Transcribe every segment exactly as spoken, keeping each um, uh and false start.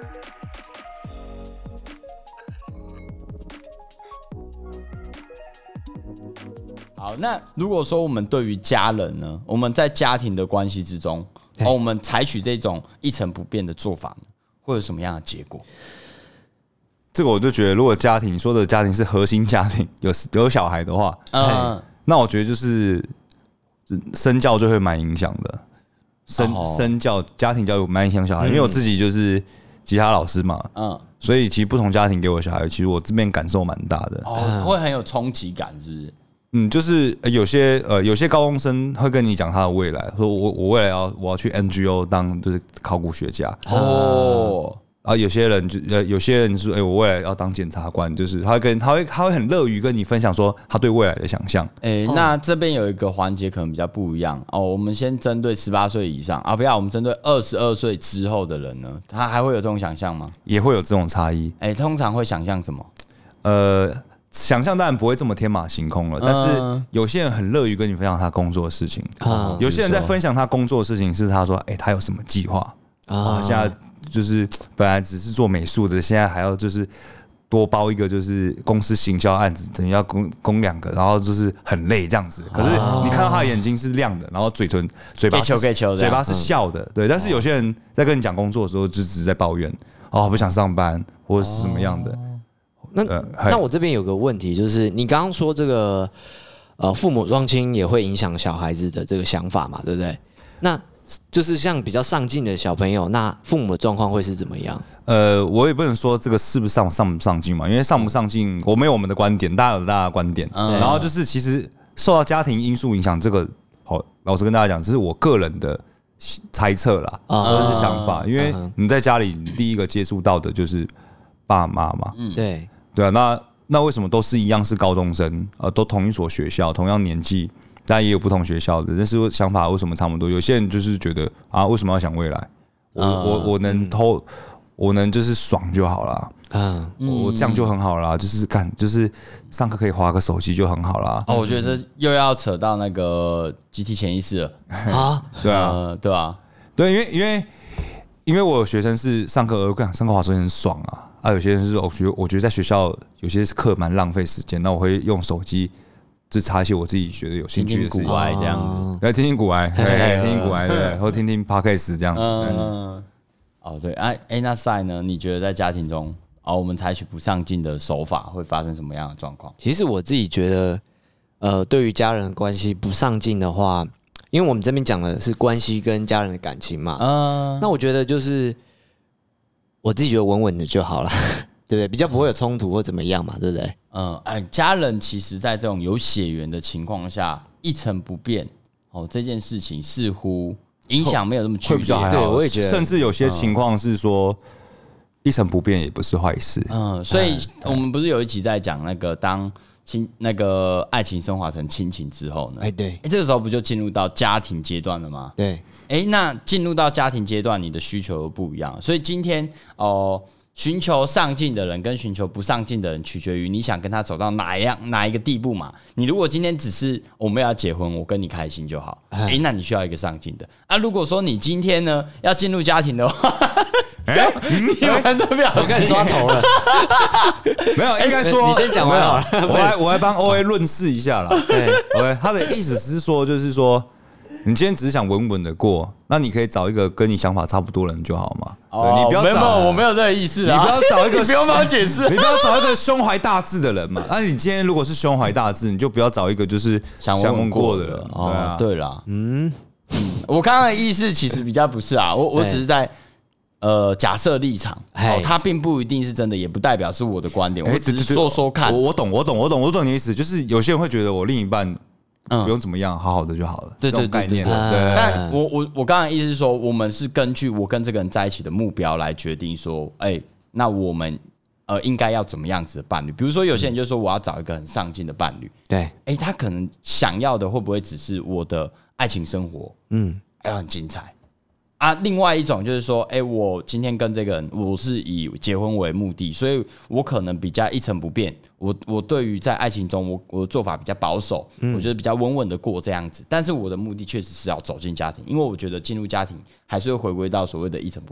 好，那如果说我们对于家人呢，我们在家庭的关系之中，哦，我们采取这种一成不变的做法呢，会有什么样的结果？ 这个我就觉得，如果家庭说的家庭是核心家庭，有有小孩的话，嗯，那我觉得就是身教就会蛮影响的，身身教家庭教育蛮影响小孩，因为我自己就是吉他老师嘛，嗯，所以其实不同家庭给我小孩，其实我这边感受蛮大的， 哦，会很有冲击感，是不是？ 嗯，就是有些呃，有些高中生会跟你讲他的未来，说我我未来要我要去 N G O 当就是考古学家哦，啊，有些人就呃有些人说，哎、欸，我未来要当检察官，就是他会跟他会他会很乐于跟你分享说他对未来的想象。 哎、欸，那这边有一个环节可能比较不一样哦，我们先针对十八岁以上啊，不要，我们针对二十二岁之后的人呢，他还会有这种想象吗？ 也会有这种差异。 哎、欸，通常会想象什么？ 呃。想象当然不会这么天马行空了，但是有些人很乐于跟你分享他工作的事情，嗯、有些人在分享他工作的事情是他说，哎、欸，他有什么计划啊？现在就是本来只是做美术的，现在还要就是多包一个就是公司行销案子，等于要攻攻两个，然后就是很累这样子。可是你看到他的眼睛是亮的，然后嘴唇嘴巴是嘴巴是笑的，对。但是有些人在跟你讲工作的时候，就只是在抱怨，哦，不想上班或者是什么样的。 那那我这边有个问题，就是你刚刚说这个呃父母双亲也会影响小孩子的这个想法嘛，对不对？那就是像比较上进的小朋友，那父母的状况会是怎么样？ 呃，我也不能说这个是不是上上不上进嘛，因为上不上进，我们有我们的观点，大家有大家的观点。嗯、然后就是其实受到家庭因素影响，这个好，老实跟大家讲，这是我个人的猜测啦，或者是想法，因为你在家里，你第一个接触到的就是爸妈嘛， 嗯，对。 对啊，那那为什么都是一样是高中生？呃，都同一所学校，同样年纪，当然也有不同学校的，但是想法为什么差不多？有些人就是觉得啊，为什么要想未来？我、嗯、我我能偷，嗯、我能就是爽就好了，嗯，我这样就很好啦，就是干，就是上课可以滑个手机就很好啦。 哦，我觉得又要扯到那个集体潜意识了啊，对啊， 呃、对啊， 对，因为因为因为我有学生是上课，我干上课滑手机很爽啊。啊，有些人是我觉得，我觉得在学校有些课蛮浪费时间，那我会用手机就查一些我自己觉得有兴趣的事情， 听听古癌这样子， 来听听古癌，听听古癌，对，或听听 podcast 这样子。嗯， 哦，对，哎、啊欸，那赛呢？你觉得在家庭中，哦，我们采取不上进的手法会发生什么样的状况？ 其实我自己觉得，呃，对于家人的关系不上进的话，因为我们这边讲的是关系跟家人的感情嘛，嗯，那我觉得就是。我自己觉得稳稳的就好了，对不对？比较不会有冲突或怎么样嘛，对不对？ 嗯，哎，家人其实在这种有血缘的情况下，一成不变，哦，这件事情似乎影响没有那么剧烈。 对，我也觉得， 甚至有些情况是说、嗯、一成不变也不是坏事。 嗯，所以我们不是有一集在讲那个当亲那个爱情升华成亲情之后呢？ 哎，对， 哎，这个时候不就进入到家庭阶段了吗？ 对。 哎，那进入到家庭阶段，你的需求又不一样，所以今天哦，寻求上进的人跟寻求不上进的人，取决于你想跟他走到哪样哪一个地步嘛。你如果今天只是我们要结婚，我跟你开心就好，哎，那你需要一个上进的啊。如果说你今天呢要进入家庭的话，哎，你们都不要， 我开始抓头了。 没有，应该说你先讲完好了， 我来我来帮 O A 论释一下啦。对 ，OK， 他的意思是说，就是说。你今天只是想稳稳的过，那你可以找一个跟你想法差不多的人就好嘛。 哦、 对，你不要找， 没有，我没有这个意思啊。 你不要找一个， 你不用帮我解释， 你不要找一个胸怀大志的人嘛。那、啊、你今天如果是胸怀大志，你就不要找一个就是想稳稳过的人。 哦，对啊，对啦，嗯，我刚刚的意思其实比较不是啊，我我只是在呃假设立场，哦，它并不一定是真的，也不代表是我的观点，我只是说说看。 我我懂，我懂，我懂，我懂你的意思，就是有些人会觉得我另一半。不用怎么样，好好的就好了。 对对对概念。 对，但我我我刚刚的意思是说，我们是根据我跟这个人在一起的目标来决定说，哎，那我们呃应该要怎么样子的伴侣？比如说有些人就说我要找一个很上进的伴侣， 对， 哎，他可能想要的会不会只是我的爱情生活，嗯，要很精彩啊？另外一种就是说，哎，我今天跟这个人，我是以结婚为目的，所以我可能比较一成不变。我我对于在爱情中，我我的做法比较保守，嗯、我觉得比较稳稳的过这样子。但是我的目的确实是要走进家庭，因为我觉得进入家庭还是会回归到所谓的一成不变。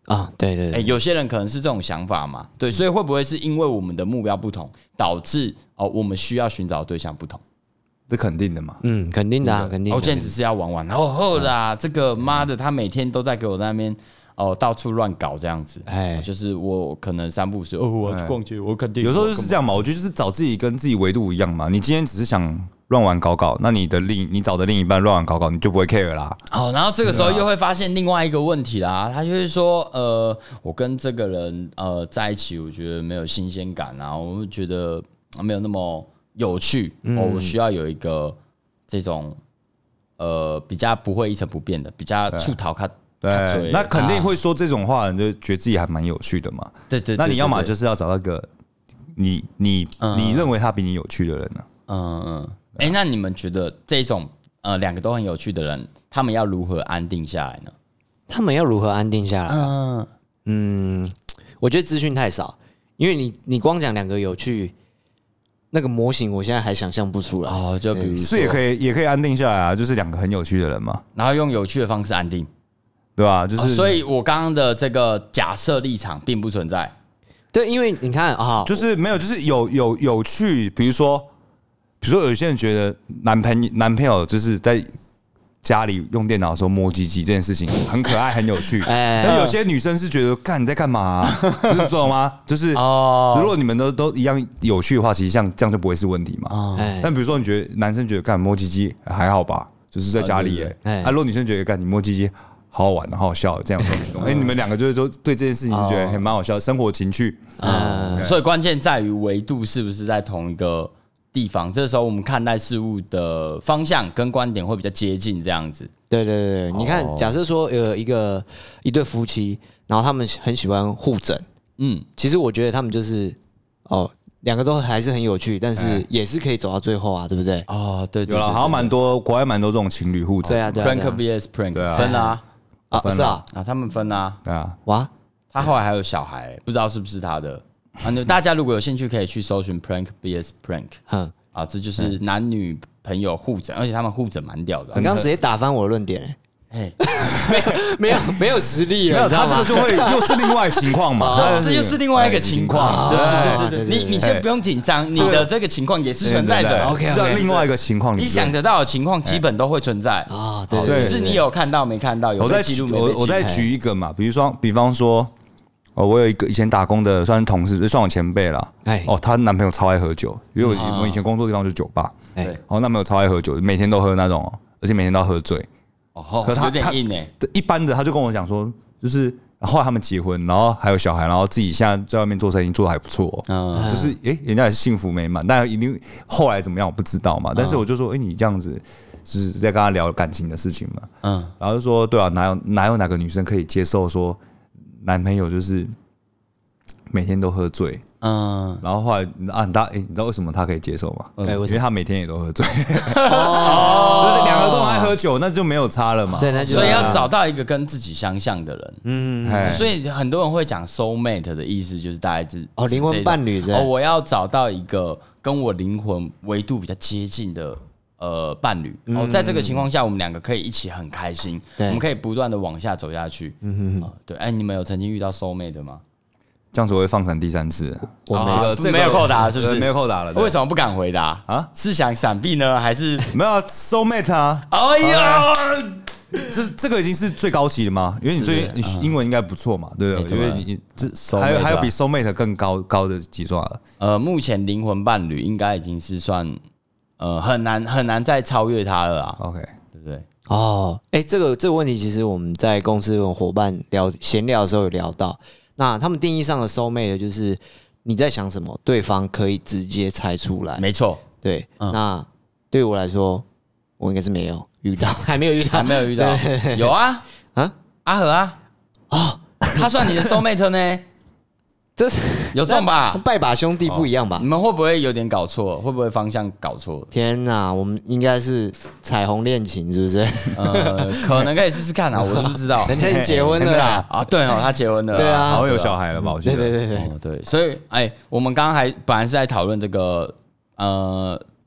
啊，对对对、 欸，有些人可能是这种想法嘛，对，所以会不会是因为我们的目标不同，导致哦我们需要寻找的对象不同？ 这肯定的嘛， 嗯，肯定的、啊，肯定的。 我、哦、今天只是要玩玩，然后后啦，嗯、这个妈的，他每天都在给我在那边哦到处乱搞这样子，哎，就是我可能三不五时哦我要去逛街，我肯定有时候就是这样嘛，我觉得就是找自己跟自己维度一样嘛，你今天只是想乱玩搞搞，那你的另你找的另一半乱玩搞搞，你就不会 care 啦。 哦，然后这个时候又会发现另外一个问题啦，他就会说，呃，我跟这个人呃在一起，我觉得没有新鲜感啊，我觉得没有那么有趣，嗯、哦，我需要有一个这种呃比较不会一成不变的，比较出逃卡。 对，那肯定会说这种话，你就觉得自己还蛮有趣的嘛。 对 对, 對， 那你要么就是要找到一个你你你认为他比你有趣的人呢、啊？ 嗯嗯。哎、欸，那你们觉得这种呃两个都很有趣的人，他们要如何安定下来呢？ 他们要如何安定下来？嗯嗯，我觉得资讯太少，因为你你光讲两个有趣，那个模型我现在还想象不出来。 哦，就比如说， 是也可以也可以安定下来啊，就是两个很有趣的人嘛， 然后用有趣的方式安定， 对吧？就是、哦， 所以我刚刚的这个假设立场并不存在。 对，因为你看啊， 就是没有，就是有有有趣，比如说。比如说，有些人觉得男朋友男朋友就是在家里用电脑的时候摸鸡鸡这件事情很可爱、很有趣，但有些女生是觉得，干你在干嘛、啊？就是懂吗？就是，如果你们都都一样有趣的话，其实像这样就不会是问题嘛。但比如说，你觉得男生觉得干摸鸡鸡还好吧，就是在家里耶、欸，啊，如果女生觉得干你摸鸡鸡好好玩、好好笑，这样子，哎、欸，你们两个就是说对这件事情是觉得还蛮好笑，生活情趣。 嗯，所以关键在于维度是不是在同一个地方，这时候我们看待事物的方向跟观点会比较接近，这样子。 对对对，你看，假设说有一个一对夫妻，然后他们很喜欢互整，嗯，其实我觉得他们就是哦，两个都还是很有趣，但是也是可以走到最后啊，对不对？ 哦，对， 有了，好像蛮多国外蛮多这种情侣互整， 对啊，对啊 ，prank vs prank， 分啦， 啊，是啊， 啊，他们分啦， 对啊， 哇， 他后来还有小孩，不知道是不是他的。啊，大家如果有兴趣，可以去搜寻 prank vs prank， 嗯。啊，这就是男女朋友互整，而且他们互整蛮屌的。 你刚刚直接打翻我的论点，哎，没有没有实力了， 没有他这个就会又是另外情况嘛， 这又是另外一个情况。对对对对，你你先不用紧张，你的这个情况也是存在的。 OK， 是在另外一个情况里， 你想得到的情况基本都会存在啊。对，只是你有看到没看到，有被记录没被记录。 我再举一个嘛，比如说，比方说。哦，我有一个以前打工的，算是同事，算我前辈啦。哎，哦，她男朋友超爱喝酒，因为我我以前工作的地方就是酒吧。哎，哦，男朋友超爱喝酒，每天都喝那种，而且每天都喝醉。 哦，可他有点硬哎。 一般的他就跟我讲说，就是后来他们结婚，然后还有小孩，然后自己现在在外面做生意做得还不错。嗯，就是哎、欸，人家也是幸福美满，但一定后来怎么样我不知道嘛。但是我就说，哎、欸，你这样子是在跟他聊感情的事情嘛？嗯，然后就说，对啊，哪有哪有哪个女生可以接受说？男朋友就是每天都喝醉，嗯，然后后来啊，他哎、欸，你知道为什么他可以接受吗？嗯、因为他每天也都喝醉，哦，两个都爱喝酒，那就没有差了嘛。 对，那就所以要找到一个跟自己相像的人，嗯，所以很多人会讲 soul mate 的意思就是大概是哦，灵魂伴侣哦，我要找到一个跟我灵魂维度比较接近的。呃，伴侣哦，在这个情况下，我们两个可以一起很开心，我们可以不断的往下走下去。嗯哼，对，哎，你们有曾经遇到 soul mate 的吗？ 这样子我会放成第三次， 我没有，这个没有扣答，是不是？ 没有扣答了， 为什么不敢回答啊？是想闪避呢，还是没有 soul mate 啊？ 哎呀， 这这个已经是最高级了吗？因为你最你英文应该不错嘛，对不对？因为你这还有还有比 soul mate 更高高的级数了。 呃，目前灵魂伴侣应该已经是算。呃，很难很难再超越他了啊 ！OK， 对不对？ 哦，哎、欸，这个这个问题其实我们在公司跟伙伴聊闲聊的时候有聊到。那他们定义上的 soul mate 就是你在想什么，对方可以直接猜出来。 没错， 对。嗯、那对我来说，我应该是没有遇到，还没有遇到， 还没有遇到。有啊啊，阿和啊，哦，他算你的 soul mate 呢？ 这是有中吧？ 拜把兄弟不一样吧？ 你们会不会有点搞错？会不会方向搞错？ 天哪，我们应该是彩虹恋情，是不是？ 呃，可能可以试试看啊，我是不知道。 人家已经结婚了啦！ 啊，对哦，他结婚了， 对啊， 好像有小孩了吧？我记得。 对对对对对，所以哎，我们刚刚还本来是在讨论这个呃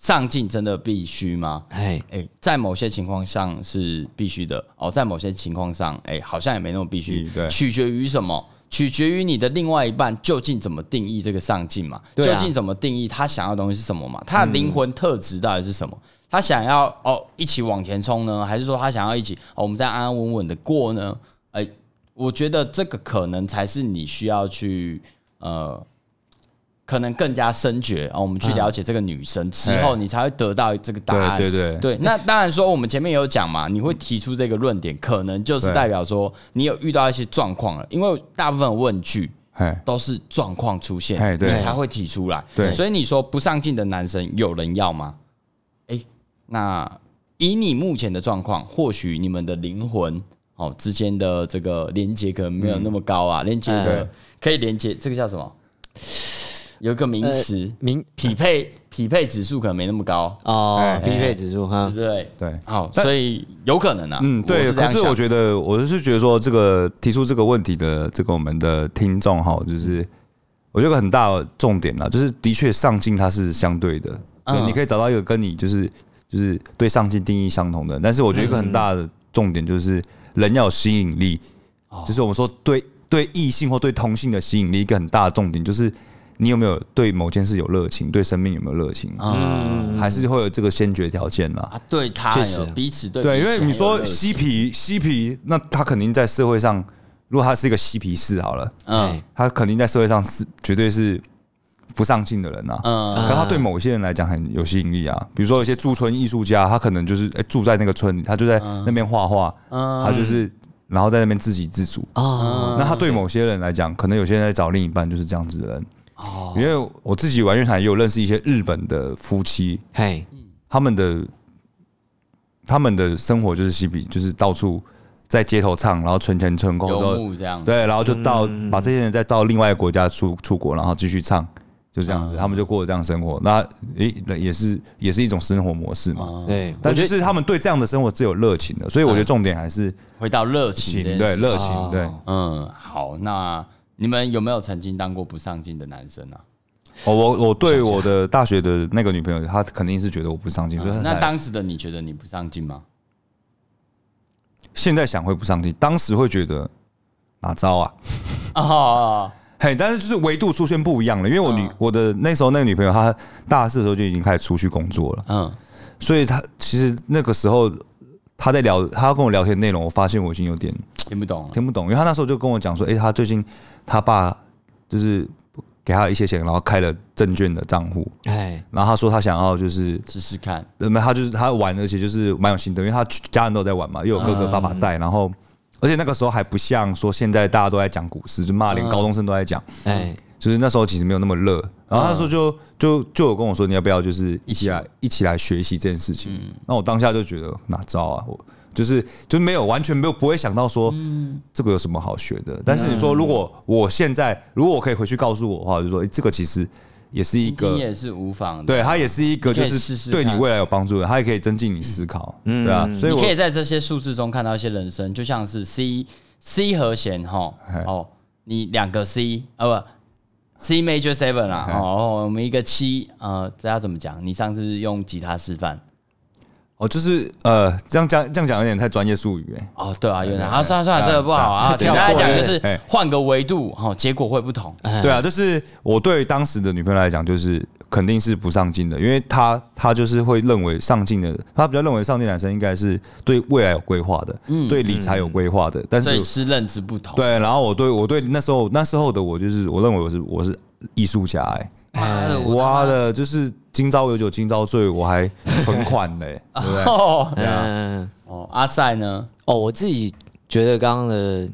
上进真的必须吗？哎哎，在某些情况上是必须的哦，在某些情况上，哎，好像也没那么必须， 对， 取决于什么？取决于你的另外一半究竟怎么定义这个上进嘛？啊、究竟怎么定义他想要的东西是什么嘛？他的灵魂特质到底是什么？嗯、他想要哦一起往前冲呢，还是说他想要一起、哦、我们再安安稳稳的过呢？哎，我觉得这个可能才是你需要去呃。可能更加深觉啊，我们去了解这个女生之后，你才会得到这个答案。 对对对, 对，那当然说，我们前面有讲嘛，你会提出这个论点，可能就是代表说你有遇到一些状况了，因为大部分的问句都是状况出现，你才会提出来。 对， 所以你说不上进的男生有人要吗？哎，那以你目前的状况，或许你们的灵魂哦之间的这个连接可能没有那么高啊，连接的可以连接，这个叫什么？有一个名词，呃、名匹配匹配指数可能没那么高哦，欸、匹配指数哈， 对不对？ 对， 好，所以有可能啊， 嗯，对。可是我觉得，我是觉得说，这个提出这个问题的这个我们的听众哈，就是我觉得很大的重点啦，就是的确上进它是相对的，嗯、你可以找到一个跟你就是就是对上进定义相同的，但是我觉得一个很大的重点就是人要有吸引力，嗯、就是我们说对对异性或对同性的吸引力，一个很大的重点就是。你有没有对某件事有热情？对生命有没有热情？嗯，还是会有这个先决条件啦。 啊，对他有彼此对对，因为你说嬉皮嬉皮，那他肯定在社会上，如果他是一个嬉皮士好了，嗯，他肯定在社会上是绝对是不上进的人啊。嗯，可他对某些人来讲很有吸引力啊。比如说有些驻村艺术家，他可能就是哎、欸、住在那个村里，他就在那边画画，嗯，他就是。然后在那边自给自足啊，那他对某些人来讲，可能有些人在找另一半就是这样子的人哦。因为我自己玩乐团也有认识一些日本的夫妻，嘿，他们的他们的生活就是嬉皮，就是到处在街头唱，然后存钱存够之后， 这样对，然后就到把这些人再到另外一个国家出出国，然后继续唱。就这样子，他们就过着这样生活，那诶、欸、也是也是一种生活模式嘛。对，但就是他们对这样的生活是有热情的，所以我觉得重点还是回到热情， 对热情，对， 嗯，好，那你们有没有曾经当过不上进的男生啊？ 哦，我我对我的大学的那个女朋友，她肯定是觉得我不上进，所以那当时的你觉得你不上进吗？ 现在想会不上进，当时会觉得哪招啊？ 哦。 嘿，但是就是维度出现不一样了，因为我女、嗯、我的那时候那个女朋友，她大四的时候就已经开始出去工作了，嗯，所以她其实那个时候她在聊，她要跟我聊天内容，我发现我已经有点听不懂， 听不懂，因为她那时候就跟我讲说，哎、欸，她最近她爸就是给她一些钱，然后开了证券的账户，哎，然后她说她想要就是试试看， 没，她就是她玩，而且就是蛮有心得，因为她家人都在玩嘛，又有哥哥爸爸带，然后。而且那个时候还不像说现在大家都在讲股市，就骂连高中生都在讲，哎，就是那时候其实没有那么热。然后那时候就就就有跟我说，你要不要就是一起来一起来学习这件事情？那我当下就觉得哪招啊，我就是就没有完全没有不会想到说这个有什么好学的。但是你说如果我现在如果我可以回去告诉我的话，就说这个其实。也是一个， 也是无妨的， 对，它也是一个，就是对你未来有帮助的，它也可以增进你思考，嗯、对啊，所以你可以在这些数字中看到一些人生，就像是 C C 和弦哈，哦，你两个 C 啊不 C major seven 啊，哦，我们一个七，呃，这要怎么讲？你上次用吉他示范。 哦，就是呃，这样讲这样讲有点太专业术语哎。 哦，对啊，有点。啊，算了算了，这个不好啊。简单来讲就是换个维度，哈，结果会不同。 对啊，就是我对当时的女朋友来讲，就是肯定是不上进的，因为她她就是会认为上进的，她比较认为上进男生应该是对未来有规划的，嗯，对理财有规划的。但是所以是认知不同。 对，然后我对我对那时候那时候的我就是我认为我是我是艺术家哎。哇的，就是今朝有酒今朝醉，我还存款嘞，对不对？ 哦，嗯，哦，阿赛呢？ 哦，我自己觉得刚刚的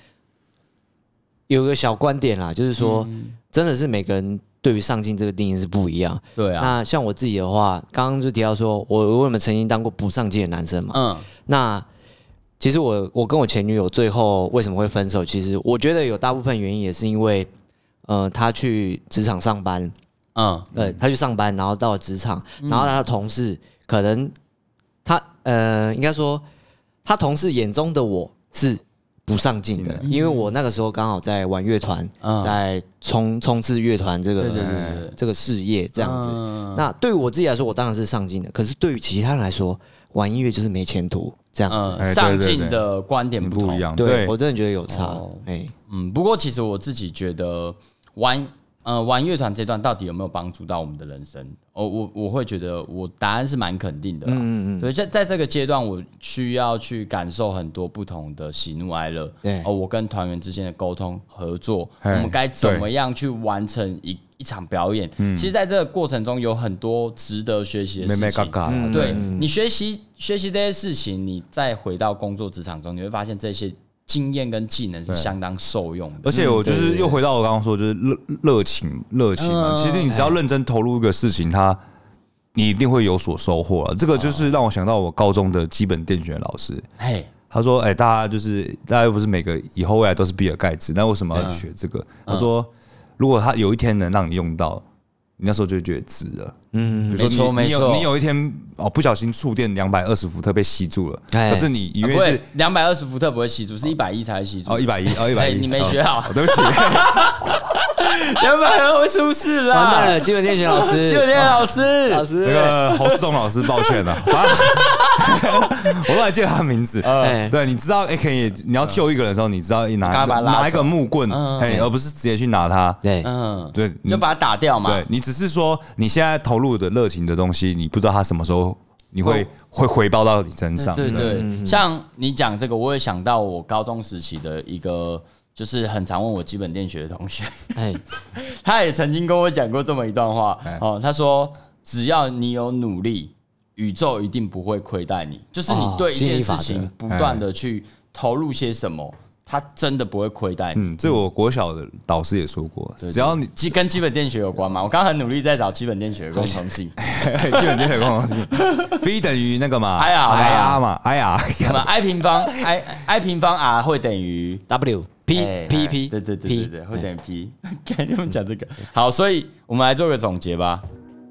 有个小观点啦，就是说，嗯、真的是每个人对于上进这个定义是不一样。 对啊。 那像我自己的话，刚刚就提到说，我我有没有曾经当过不上进的男生嘛？嗯。那其实我我跟我前女友最后为什么会分手？其实我觉得有大部分原因也是因为。呃，他去职场上班，嗯，对，他去上班，然后到了职场，然后他的同事可能他呃，应该说他同事眼中的我是不上进的，因为我那个时候刚好在玩乐团，嗯、在冲冲刺乐团这个对对对对这个事业这样子。嗯、那对于我自己来说，我当然是上进的。可是对于其他人来说，玩音乐就是没前途这样子。 嗯、上进的观点不同， 不一样。 对, 对我真的觉得有差。哦、 嗯，不过其实我自己觉得玩。呃，玩乐团这段到底有没有帮助到我们的人生？哦，我我会觉得我答案是蛮肯定的啦。嗯嗯嗯。对，在在这个阶段，我需要去感受很多不同的喜怒哀乐。对。哦，我跟团员之间的沟通合作，我们该怎么样去完成一一场表演？嗯、其实，在这个过程中有很多值得学习的事情。妹妹嘎嘎嗯、对你学习学习这些事情，你再回到工作职场中，你会发现这些。经验跟技能是相当受用的， 而且我就是又回到我刚刚说，就是热热情热情嘛。其实你只要认真投入一个事情，它你一定会有所收获了。这个就是让我想到我高中的基本电学老师，他说：“哎，大家就是大家又不是每个以后未来都是比尔盖茨，那为什么要学这个？”他说：“如果他有一天能让你用到。”你那时候就觉得值了，嗯，比如说你你有你有一天哦不小心触电两百二十伏特被吸住了，可是你以为是两百二十伏特不会吸住，是一百一才会吸住。 哦，一百一，哦一百一， 你没学好， 对不起， 两百二会出事了， 完蛋了，基本电学老师， 基本电学老师， 老师， 那个侯世忠老师，抱歉了，我都还记得他的名字，对，你知道，哎，可以，你要救一个人的时候，你知道拿拿一个木棍，哎，而不是直接去拿他， 对， 嗯，对，就把他打掉嘛， 对你。只是说你现在投入的热情的东西，你不知道它什么时候你会、哦、会回报到你身上。 对 对, 对、嗯，像你讲这个，我也想到我高中时期的一个，就是很常问我基本电学的同学，哎，他也曾经跟我讲过这么一段话哦，他说只要你有努力，宇宙一定不会亏待你，就是你对一件事情不断的去投入些什么。他真的不会亏待你。 嗯，这我国小的导师也说过， 对对对， 只要你跟基本电学有关嘛。我刚刚很努力在找基本电学的共同性， 基本电学共同性 ，V 等于那个嘛 ，I R I R 嘛 ，I R， 什么 I 平方 I I 平方 R 会等于 W P P P， 对对对对对，会等于 P。跟你们讲这个，好，所以我们来做个总结吧。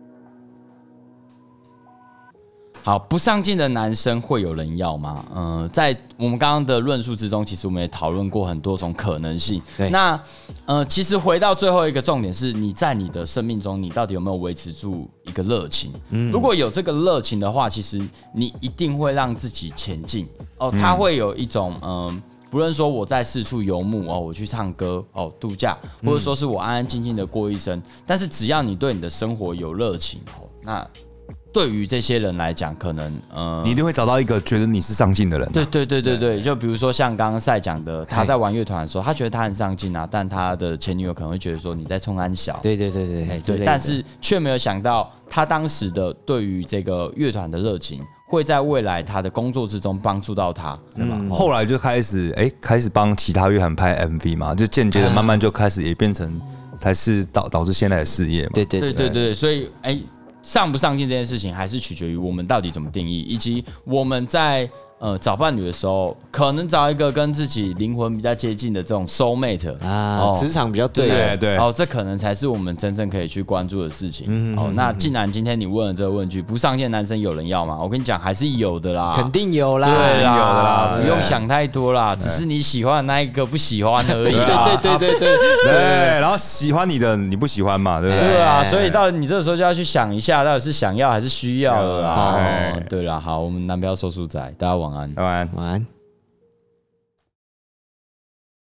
好，不上进的男生会有人要吗？呃，在我们刚刚的论述之中，其实我们也讨论过很多种可能性。那呃，其实回到最后一个重点是，你在你的生命中，你到底有没有维持住一个热情？嗯，如果有这个热情的话，其实你一定会让自己前进。哦，它会有一种嗯。呃不论说我在四处游牧哦，我去唱歌哦，度假，或者说是我安安静静的过一生，但是只要你对你的生活有热情哦，那对于这些人来讲，可能呃， 你一定会找到一个觉得你是上进的人、啊。 对对对对对，就比如说像刚刚赛讲的，他在玩乐团的时候，他觉得他很上进啊，但他的前女友可能会觉得说你在冲安小。 对对对对对， 对，但是却没有想到他当时的对于这个乐团的热情。会在未来他的工作之中帮助到他，对吧？ 嗯、后来就开始哎、欸，开始帮其他乐团拍 M V 嘛，就间接的慢慢就开始也变成才是导导致现在的事业嘛。 对对对对对，所以哎、欸，上不上进这件事情还是取决于我们到底怎么定义，以及我们在呃找伴侣的时候，可能找一个跟自己灵魂比较接近的这种 soul mate 啊，磁、哦、场比较对对对， 哦，这可能才是我们真正可以去关注的事情。嗯、哦，那既然今天你问了这个问句，不上进男生有人要吗？我跟你讲，还是有的啦， 肯定有啦， 对啦， 有的啦， 不用想太多啦，只是你喜欢的那一个不喜欢而已。 对对对对对对，然后喜欢你的你不喜欢嘛，对不对？ 对啊，所以到你这个时候就要去想一下，到底是想要还是需要了啦。哦，对啦，好，我们男票说书仔，大家晚安， 晚安。 晚安。